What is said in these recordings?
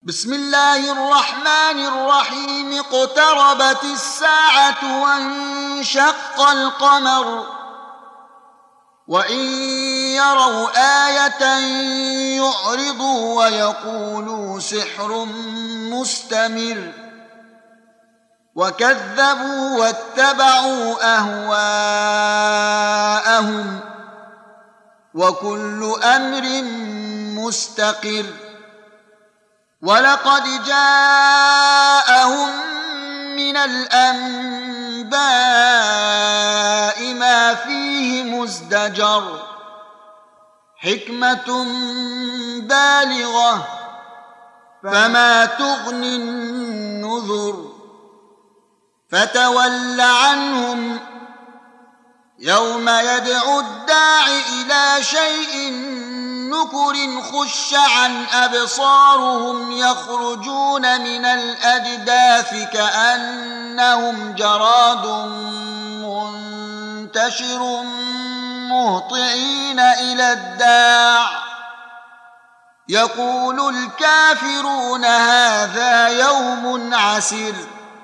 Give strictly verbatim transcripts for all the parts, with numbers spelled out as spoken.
بسم الله الرحمن الرحيم اقتربت الساعة وانشق القمر وإن يروا آية يعرضوا ويقولوا سحر مستمر وكذبوا واتبعوا أهواءهم وكل أمر مستقر ولقد جاءهم من الأنباء ما فيه مزدجر حكمة بالغة فما تغني النذر فتول عنهم يوم يدعو الداع إلى شيء نكر خش عن أبصارهم يخرجون من الأجداث كأنهم جراد منتشر مهطعين إلى الداع يقول الكافرون هذا يوم عسر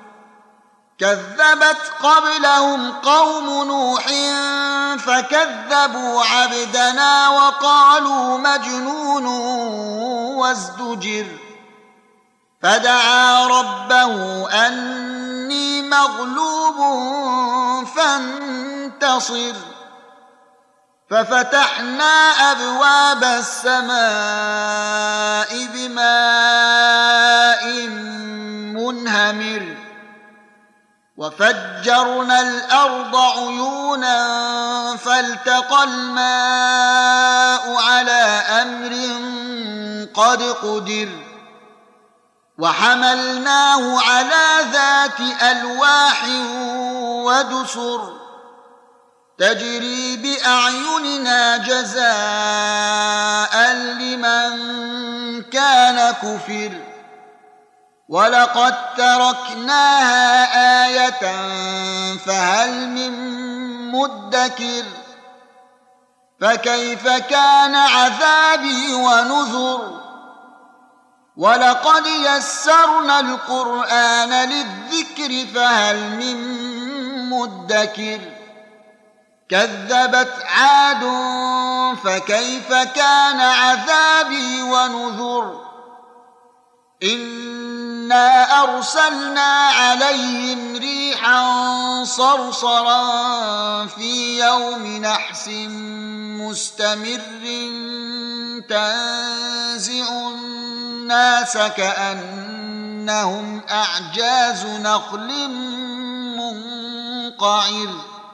كذبت قبلهم قوم نوح فكذبوا عبدنا وقالوا مجنون وازدجر فدعا ربه أني مغلوب فانتصر ففتحنا أبواب السماء بماء منهمر وفجرنا الأرض عيونا فالتقى الماء على أمر قد قدر وحملناه على ذات ألواح ودسر تجري بأعيننا جزاء لمن كان كفر ولقد تركناها آية فهل من مدكر فكيف كان عذابي ونذر ولقد يسرنا القرآن للذكر فهل من مدكر كذبت عاد فكيف كان عذابي ونذر إنا أرسلنا عليهم ريحا صرصرا في يوم نحس مستمر تنزع الناس كأنهم أعجاز نخل منقعر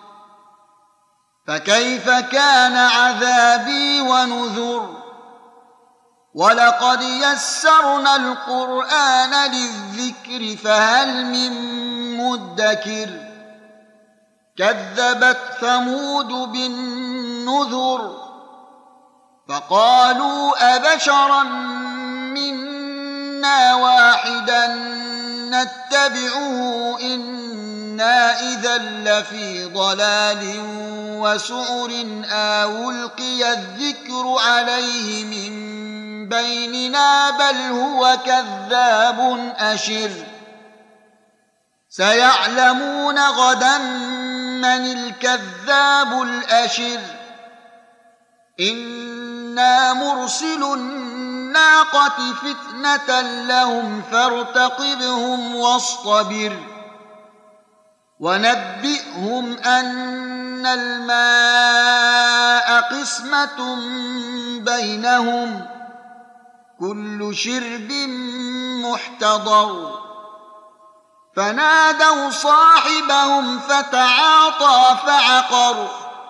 فكيف كان عذابي ونذر ولقد يسرنا القرآن للذكر فهل من مدكر كذبت ثمود بالنذر فقالوا أبشرا منا واحدا نتبعه إنا إذا لفي ضلال وسعر أو ألقي الذكر عليه من بيننا بل هو كذاب أشر سيعلمون غدا من الكذاب الأشر إنا مرسل الناقة فتنة لهم فارتقبهم واصطبر ونبئهم أن الماء قسمة بينهم كل شرب محتضر فنادوا صاحبهم فتعاطى فعقر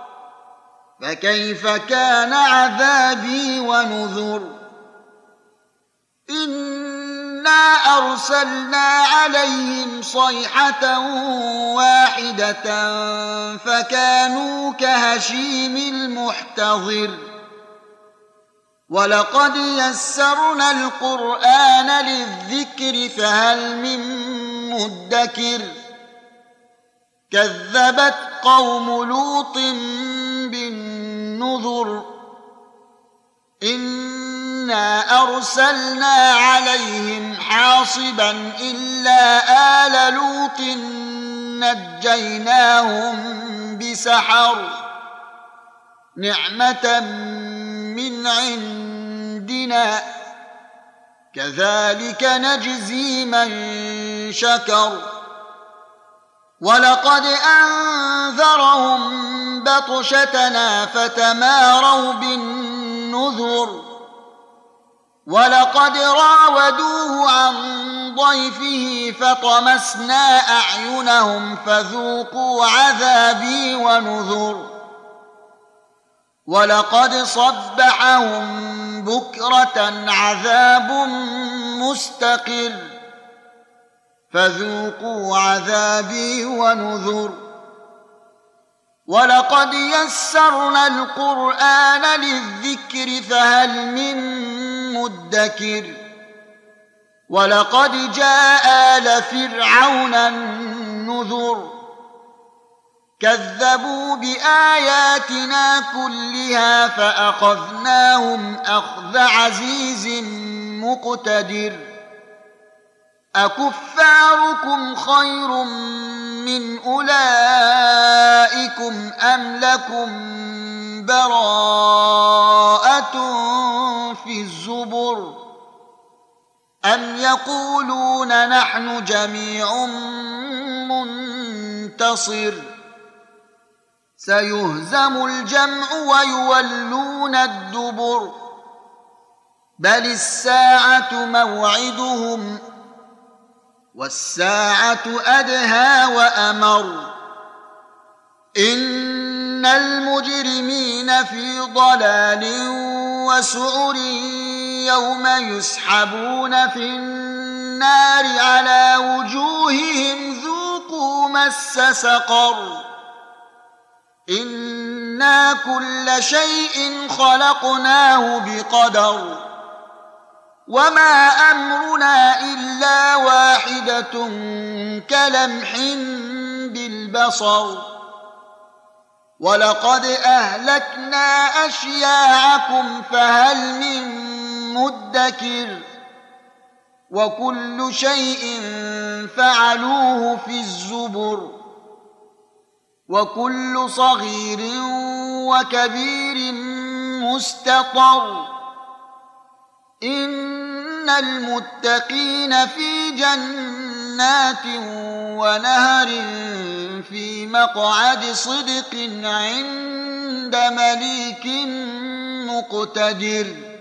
فكيف كان عذابي ونذر إنا أرسلنا عليهم صيحة واحدة فكانوا كهشيم المحتضر ولقد يسرنا القرآن للذكر فهل من مدكر كذبت قوم لوط بالنذر إنا أرسلنا عليهم حاصبا إلا آل لوط نجيناهم بسحر نعمة من عندنا كذلك نجزي من شكر ولقد أنذرهم بطشتنا فتماروا بالنذر ولقد راودوه عن ضيفه فطمسنا أعينهم فذوقوا عذابي ونذر ولقد صبحهم بكرة عذاب مستقر فذوقوا عذابي ونذر ولقد يسرنا القرآن للذكر فهل من مدكر ولقد جاء آل فرعون النذر كذبوا بآياتنا كلها فأخذناهم أخذ عزيز مقتدر أكفاركم خير من أولئكم أم لكم براءة في الزبر أم يقولون نحن جميع منتصر سيهزم الجمع ويولون الدبر بل الساعة موعدهم والساعة أدهى وأمر إن المجرمين في ضلال وسعر يوم يسحبون في النار على وجوههم ذوقوا مس سقر إنا كل شيء خلقناه بقدر وما أمرنا إلا واحدة كلمح بالبصر ولقد أهلكنا أشياعكم فهل من مدكر وكل شيء فعلوه في الزبر وكل صغير وكبير مستطر إن المتقين في جنات ونهر في مقعد صدق عند مليك مقتدر.